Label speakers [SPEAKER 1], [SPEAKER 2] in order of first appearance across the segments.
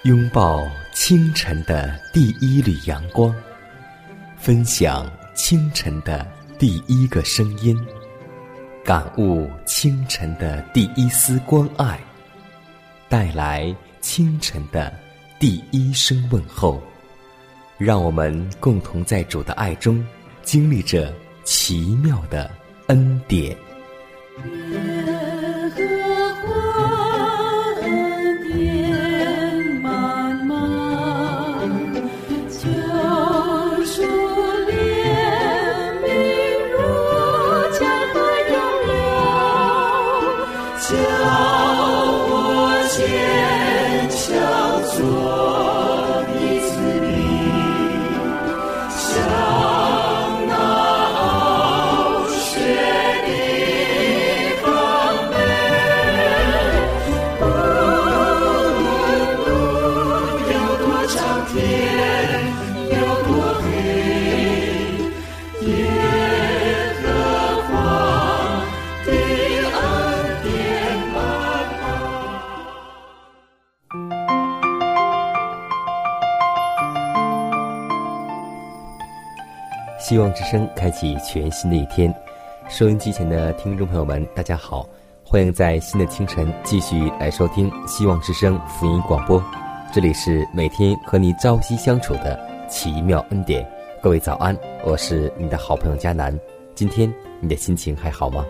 [SPEAKER 1] 拥抱清晨的第一缕阳光，分享清晨的第一个声音，感悟清晨的第一丝关爱，带来清晨的第一声问候。让我们共同在主的爱中经历着奇妙的恩典。希望之声开启全新的一天，收音机前的听众朋友们大家好，欢迎在新的清晨继续来收听希望之声福音广播，这里是每天和你朝夕相处的奇妙恩典。各位早安，我是你的好朋友佳南，今天你的心情还好吗？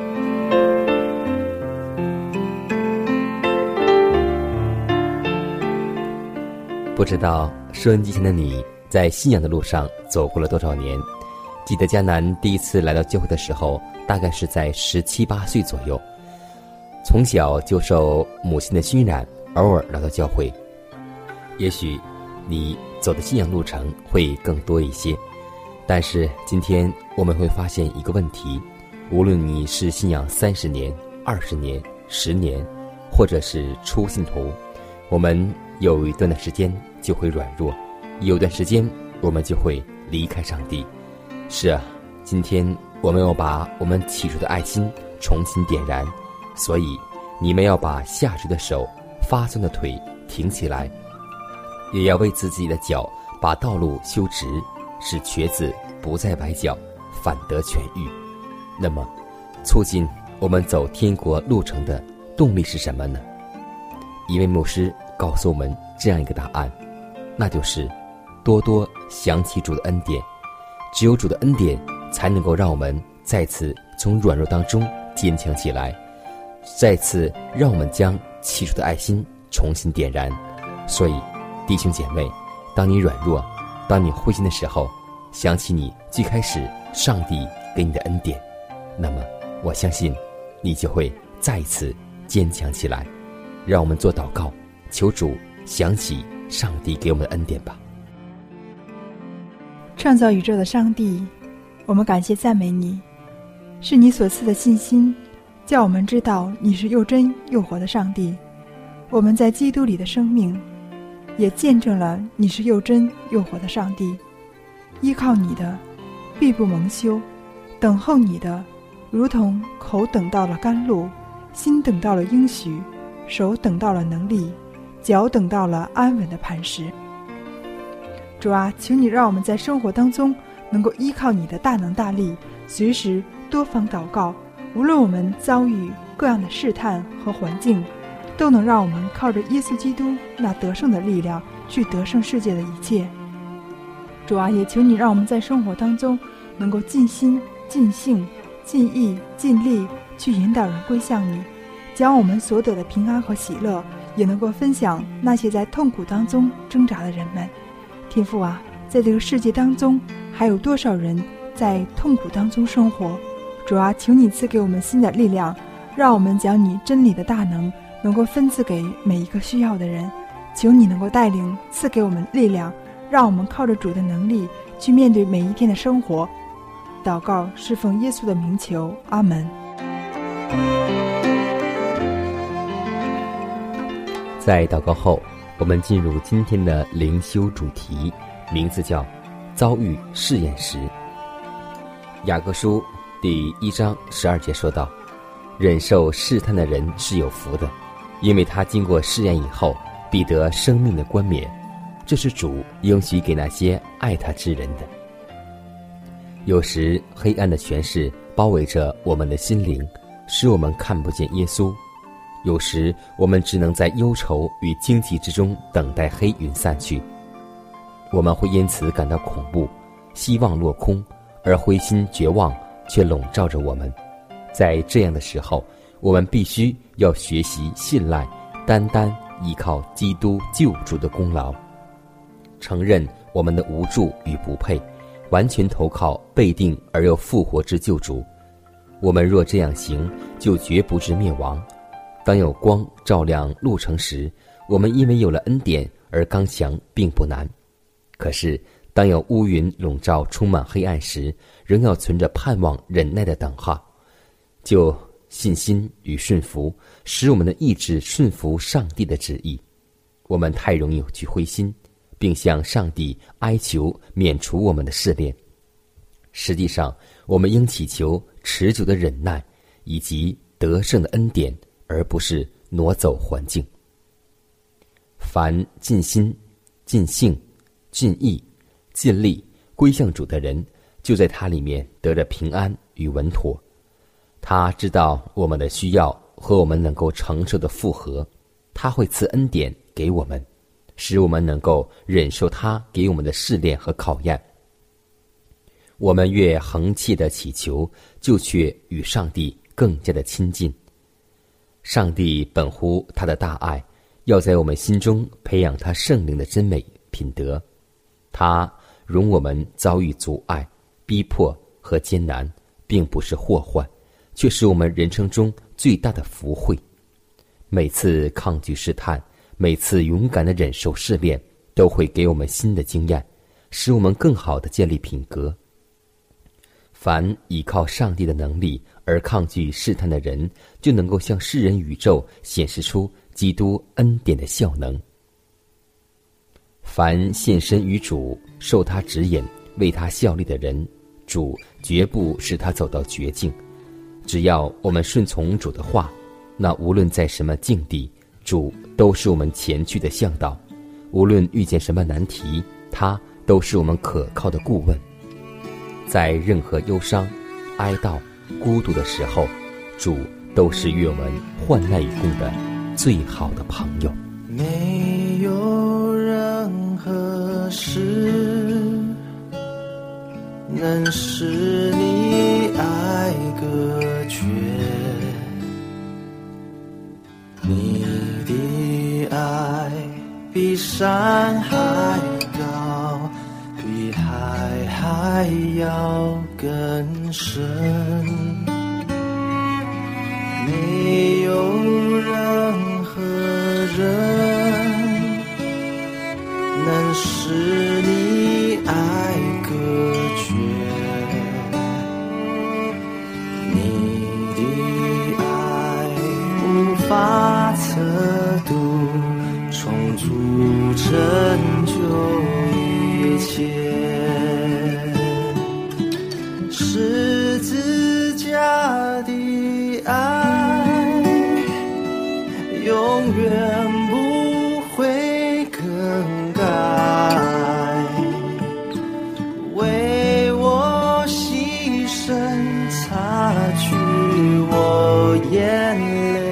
[SPEAKER 1] 不知道收音机前的你在信仰的路上走过了多少年？记得佳南第一次来到教会的时候，大概是在17、18岁左右。从小就受母亲的熏染，偶尔来到教会。也许你走的信仰路程会更多一些，但是今天我们会发现一个问题：无论你是信仰30年、20年、10年，或者是初信徒，我们有一段的时间就会软弱，有段时间我们就会离开上帝。是啊，今天我们要把我们起初的爱心重新点燃，所以你们要把下垂的手、发酸的腿挺起来，也要为自己的脚把道路修直，使瘸子不再崴脚，反得痊愈。那么促进我们走天国路程的动力是什么呢？一位牧师告诉我们这样一个答案，那就是多多想起主的恩典。只有主的恩典才能够让我们再次从软弱当中坚强起来，再次让我们将起初的爱心重新点燃。所以弟兄姐妹，当你软弱，当你灰心的时候，想起你最开始上帝给你的恩典，那么我相信你就会再一次坚强起来。让我们做祷告，求主想起上帝给我们的恩典吧。
[SPEAKER 2] 创造宇宙的上帝，我们感谢赞美你，是你所赐的信心，叫我们知道你是又真又活的上帝。我们在基督里的生命也见证了你是又真又活的上帝。依靠你的必不蒙羞，等候你的如同口等到了甘露，心等到了应许，手等到了能力，脚等到了安稳的磐石。主啊，求你让我们在生活当中能够依靠你的大能大力，随时多方祷告，无论我们遭遇各样的试探和环境，都能让我们靠着耶稣基督那得胜的力量去得胜世界的一切。主啊，也求你让我们在生活当中能够尽心、尽性、尽意、尽力去引导人归向你，将我们所得的平安和喜乐也能够分享那些在痛苦当中挣扎的人们。天父啊，在这个世界当中还有多少人在痛苦当中生活？主啊，求你赐给我们新的力量，让我们将你真理的大能能够分赐给每一个需要的人。求你能够带领赐给我们力量，让我们靠着主的能力去面对每一天的生活。祷告是奉耶稣的名求，阿门。
[SPEAKER 1] 在祷告后，我们进入今天的灵修主题，名字叫遭遇试验时。雅各书第1章12节说道，忍受试探的人是有福的，因为他经过试验以后， 必得生命的冠冕，这是主应许给那些爱他之人的。有时黑暗的权势包围着我们的心灵，使我们看不见耶稣。有时我们只能在忧愁与荆棘之中等待黑云散去，我们会因此感到恐怖，希望落空，而灰心绝望却笼罩着我们。在这样的时候，我们必须要学习信赖，单单依靠基督救主的功劳，承认我们的无助与不配，完全投靠被定而又复活之救主。我们若这样行，就绝不致灭亡。当有光照亮路程时，我们因为有了恩典而刚强并不难。可是当有乌云笼罩充满黑暗时，仍要存着盼望忍耐的等候，就信心与顺服，使我们的意志顺服上帝的旨意。我们太容易去灰心，并向上帝哀求免除我们的试炼。实际上，我们应祈求持久的忍耐以及得胜的恩典，而不是挪走环境。凡尽心、尽性、尽意、尽力归向主的人，就在他里面得着平安与稳妥。他知道我们的需要和我们能够承受的负荷，他会赐恩典给我们，使我们能够忍受他给我们的试炼和考验。我们越恒切的祈求，就却与上帝更加的亲近。上帝本乎他的大爱，要在我们心中培养他圣灵的真美品德。他容我们遭遇阻碍、逼迫和艰难，并不是祸患，却是我们人生中最大的福惠。每次抗拒试探，每次勇敢地忍受试炼，都会给我们新的经验，使我们更好地建立品格。凡依靠上帝的能力而抗拒试探的人，就能够向世人宇宙显示出基督恩典的效能。凡献身于主，受他指引，为他效力的人，主绝不使他走到绝境。只要我们顺从主的话，那无论在什么境地，主都是我们前去的向导。无论遇见什么难题，他都是我们可靠的顾问。在任何忧伤、哀悼、孤独的时候，主都是与我们患难与共的最好的朋友。
[SPEAKER 3] 没有任何事能使你爱隔绝，你的爱比山还高，比海还要更深。没有任何人能使你爱隔绝，你的爱无法测度，充足拯救一切。十字架的爱永远不会更改，为我牺牲，擦去我眼泪。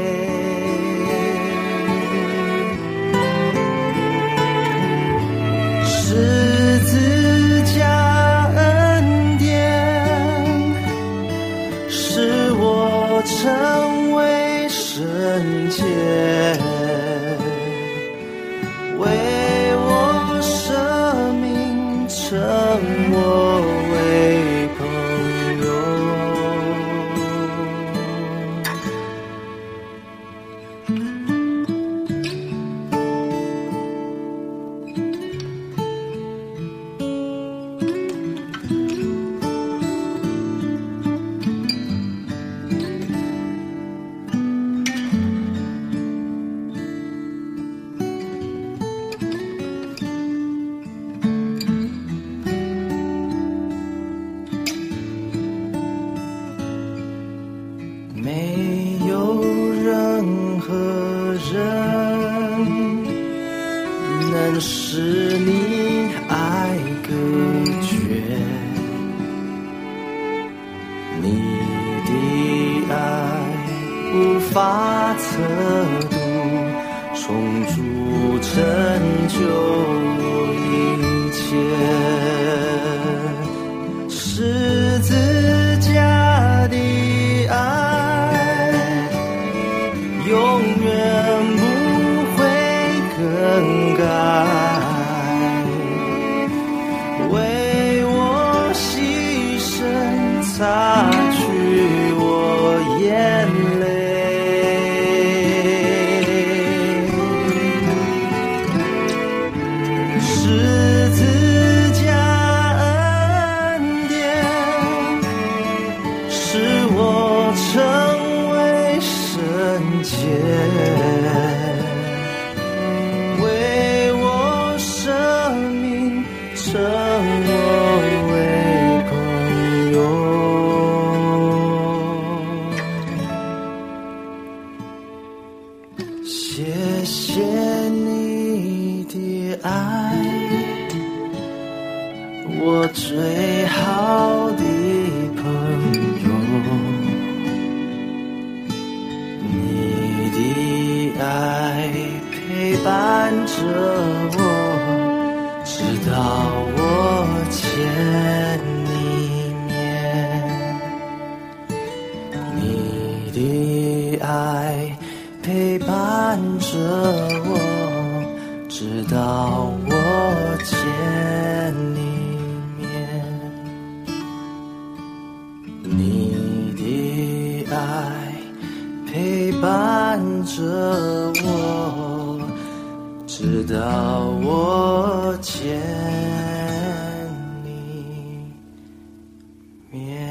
[SPEAKER 3] 十字架恩典使我成为圣洁，为我生命称我为朋友。 度，重铸成就一切。十字架的爱永远不会更改，为我牺牲擦去我眼泪。十字架恩典使我成为圣洁，为我生命成我为功用。谢谢你的爱，我最好的朋友，你的爱陪伴着我，直到我见你面。你的爱陪伴着我，直到我见你面。你的爱陪伴着我，直到我见你面。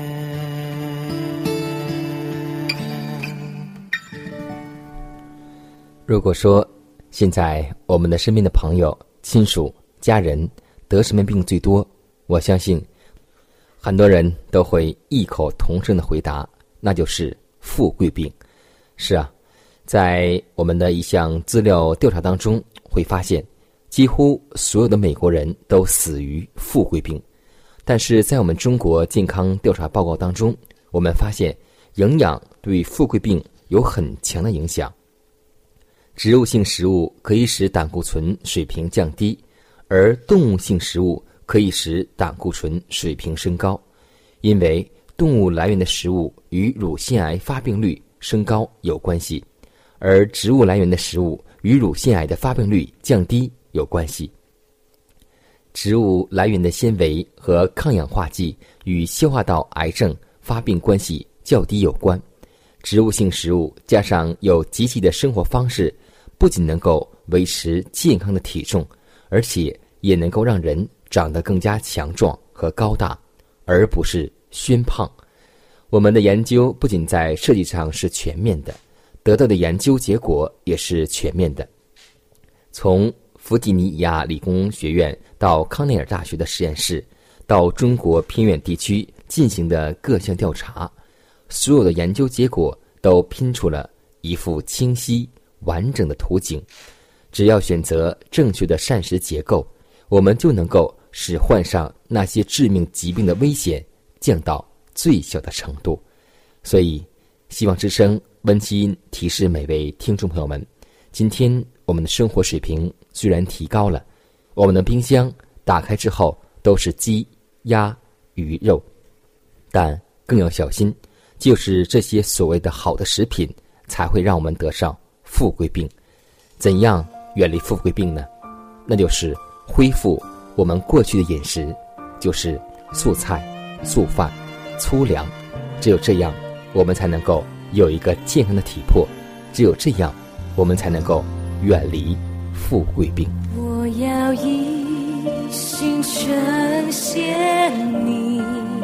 [SPEAKER 1] 如果说现在我们的身边的朋友、亲属、家人得什么病最多，我相信很多人都会异口同声的回答，那就是富贵病。是啊，在我们的一项资料调查当中会发现，几乎所有的美国人都死于富贵病。但是在我们中国健康调查报告当中，我们发现营养对富贵病有很强的影响。植物性食物可以使胆固醇水平降低，而动物性食物可以使胆固醇水平升高，因为动物来源的食物与乳腺癌发病率升高有关系，而植物来源的食物与乳腺癌的发病率降低有关系。植物来源的纤维和抗氧化剂与消化道癌症发病关系较低有关。植物性食物加上有积极的生活方式，不仅能够维持健康的体重，而且也能够让人长得更加强壮和高大，而不是宣胖。我们的研究不仅在设计上是全面的，得到的研究结果也是全面的。从弗吉尼亚理工学院到康奈尔大学的实验室，到中国偏远地区进行的各项调查，所有的研究结果都拼出了一幅清晰完整的图景。只要选择正确的膳食结构，我们就能够使患上那些致命疾病的危险降到最小的程度。所以希望之声温馨提示每位听众朋友们，今天我们的生活水平虽然提高了，我们的冰箱打开之后都是鸡、鸭、鱼肉，但更要小心，就是这些所谓的好的食品才会让我们得上富贵病。怎样远离富贵病呢？那就是恢复我们过去的饮食，就是素菜、素饭、粗粮。只有这样，我们才能够有一个健康的体魄，只有这样，我们才能够远离富贵病。
[SPEAKER 4] 我要一心呈现你，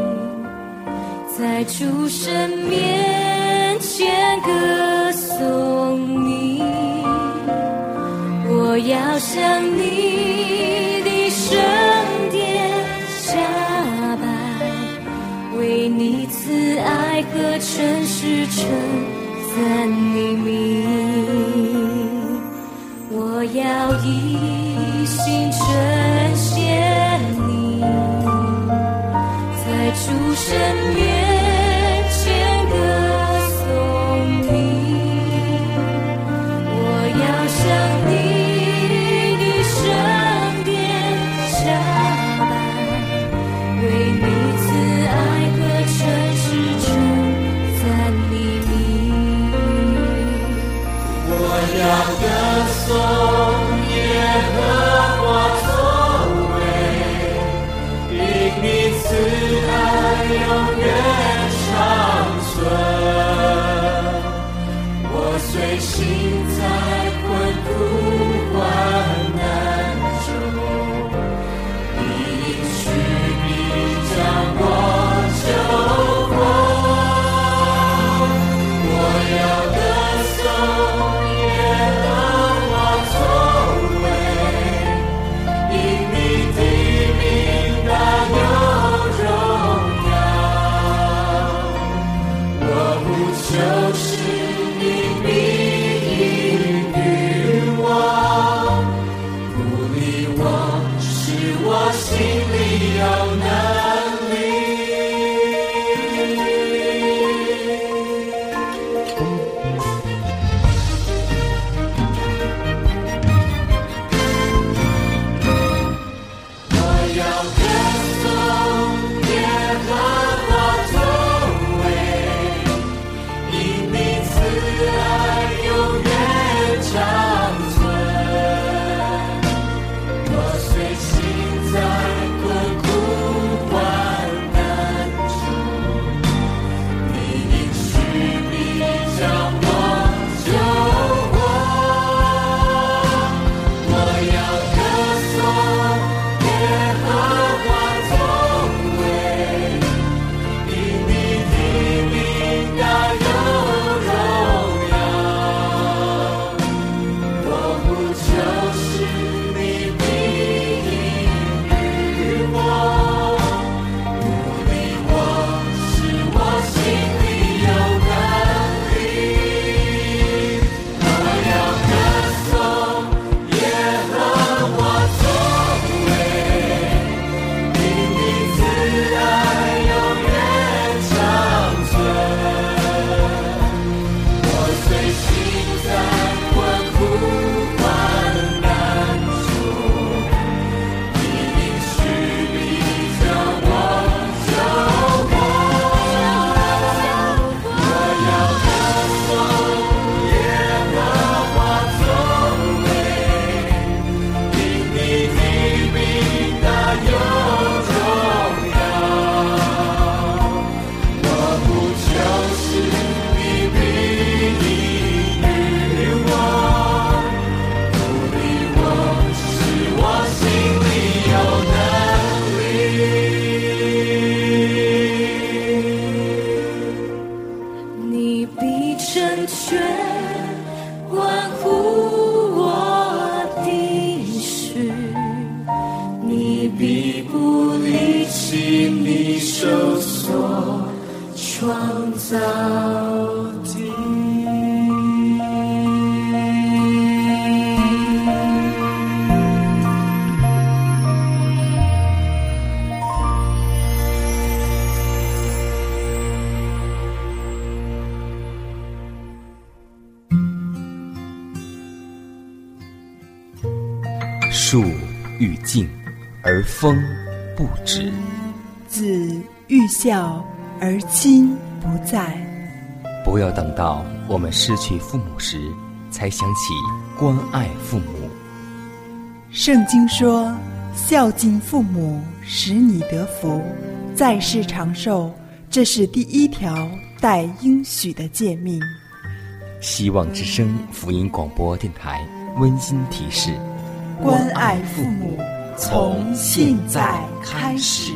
[SPEAKER 4] 在主神面前歌颂你，我要向你的圣殿下拜，为你慈爱和诚实称赞你名。我要一心呈现你，在主神面前歌颂你，
[SPEAKER 3] 我心里有能力。我要歌颂耶和华作为，因你慈爱永远长存。我虽行在困苦患难中，你应许必将我救活。我要歌颂耶和华作为，因你的名大有荣耀。我不就是你必应允我，努力我使我心里有能力。我要歌颂耶和华作为，因你慈爱永远长存。我虽行在困苦患难中，你应许必将我救活。我要歌颂耶和华作为，因你的名大有荣耀。我不就是你必应允我，努力我使我心里有能力。
[SPEAKER 4] 你必成全关乎我的事，你必不离弃你手所创造的。
[SPEAKER 1] 树欲静而风不止，
[SPEAKER 2] 子欲孝而亲不在。
[SPEAKER 1] 不要等到我们失去父母时才想起关爱父母。
[SPEAKER 2] 圣经说，孝敬父母使你得福，在世长寿，这是第一条带应许的诫命。
[SPEAKER 1] 希望之声福音广播电台温馨提示：
[SPEAKER 2] 关爱父母，从现在开始。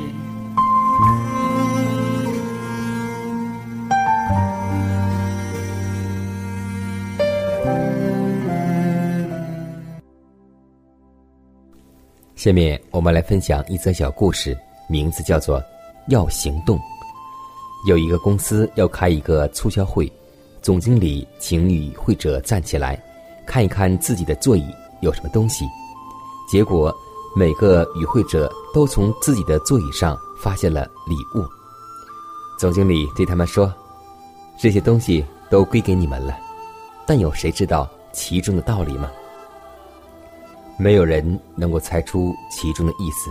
[SPEAKER 1] 下面我们来分享一则小故事，名字叫做《要行动》。有一个公司要开一个促销会，总经理请与会者站起来，看一看自己的座椅有什么东西。结果每个与会者都从自己的座椅上发现了礼物。总经理对他们说，这些东西都归给你们了，但有谁知道其中的道理吗？没有人能够猜出其中的意思。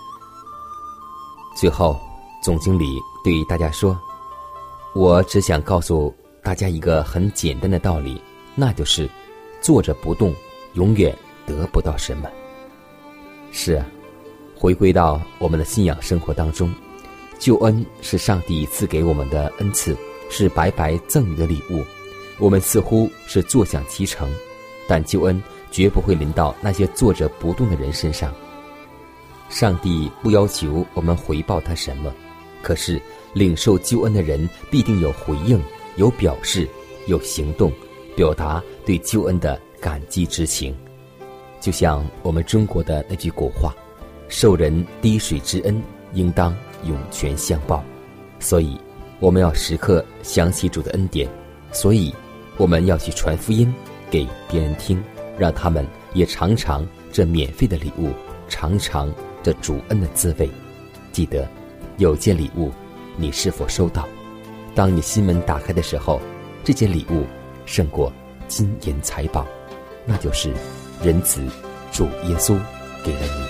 [SPEAKER 1] 最后总经理对大家说，我只想告诉大家一个很简单的道理，那就是坐着不动永远得不到什么。是啊，回归到我们的信仰生活当中，救恩是上帝赐给我们的恩赐，是白白赠予的礼物。我们似乎是坐享其成，但救恩绝不会临到那些坐着不动的人身上。上帝不要求我们回报他什么，可是领受救恩的人必定有回应，有表示，有行动，表达对救恩的感激之情。就像我们中国的那句古话，受人滴水之恩，应当涌泉相报。所以我们要时刻想起主的恩典，所以我们要去传福音给别人听，让他们也尝尝这免费的礼物，尝尝这主恩的滋味。记得有件礼物你是否收到？当你心门打开的时候，这件礼物胜过金银财宝，那就是仁慈主耶稣给了你。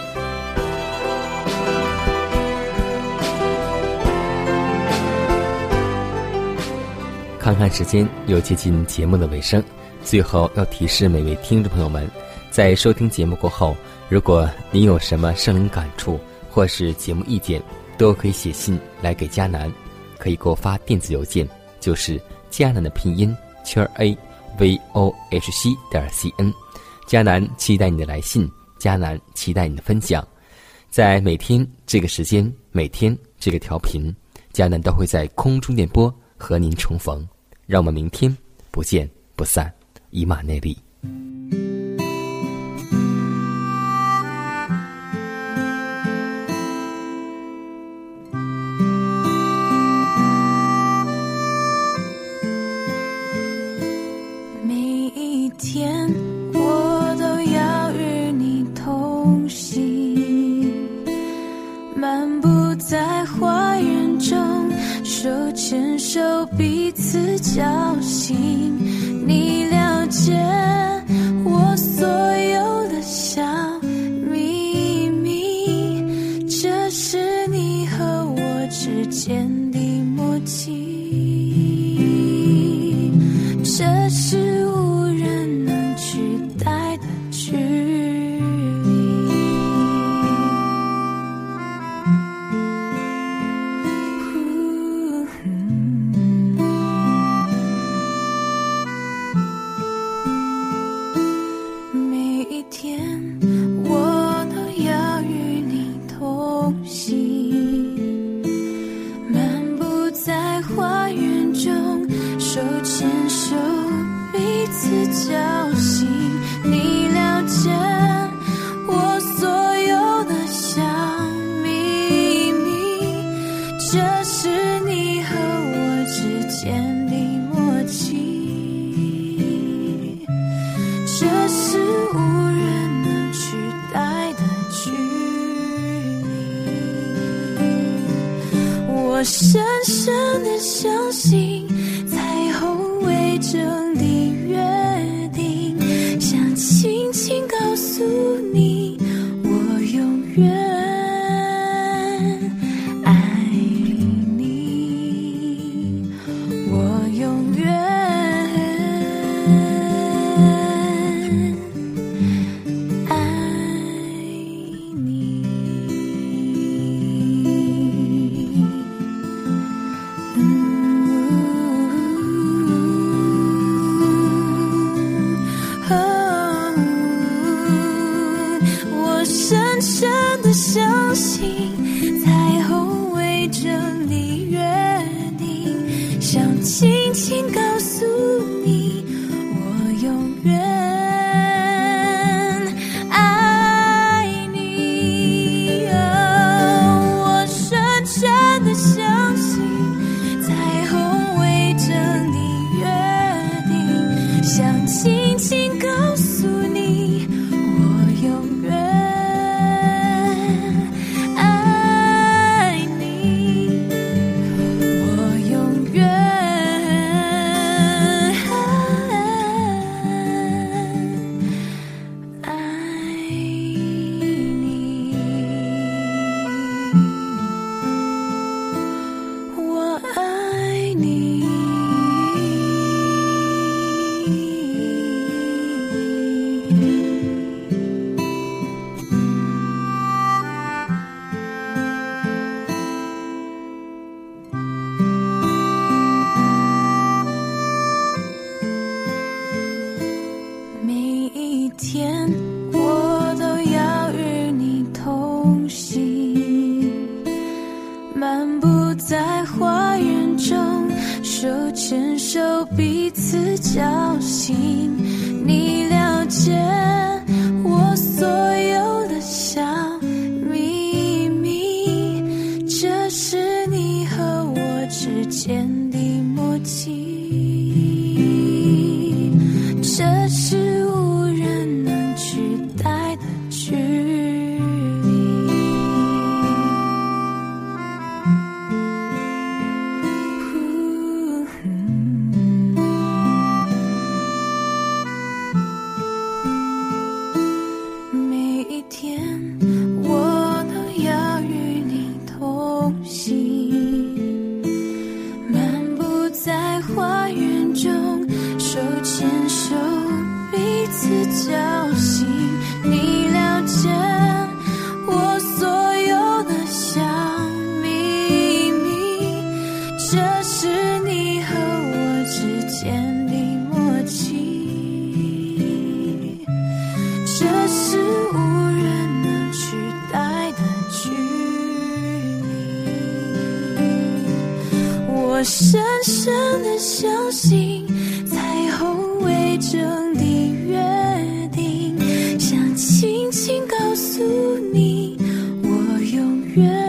[SPEAKER 1] 看看时间，又接近节目的尾声，最后要提示每位听众朋友们，在收听节目过后，如果您有什么圣灵感触或是节目意见，都可以写信来给迦南，可以给我发电子邮件，就是迦南的拼音@avohc.cn。迦南期待你的来信，迦南期待你的分享。在每天这个时间，每天这个调频，迦南都会在空中电波和您重逢。让我们明天不见不散，以马内利。
[SPEAKER 4] 每一天我都要与你同行，漫步在花园中，手牵手彼此交心。你了解我所有的小秘密，这是你和我之间的默契，这是无人能取代的距离。每一天我都要与你同行，漫步在花园中，手牵手彼此交心。你了解我所有的小秘密，这是你和我之间的默契，这是无人能取代的距离。我深深的相信彩虹为证的约定，想轻轻告诉你，我永远爱你，我永远爱你。我深深的相信彩虹为证的约定，想轻轻告诉你，我永远爱你。我深深的相信彩虹为证的约定，想轻轻告诉你，我永远爱你，我永远爱你，我爱你。每一天我都要与你同行，漫步在花园中，手牵手彼此交心。你了解我所有的小秘密，这是你和我之间的默契，这是无人能取代的距离。 我深深的相信彩虹为证的约定，想轻轻告诉你，我永远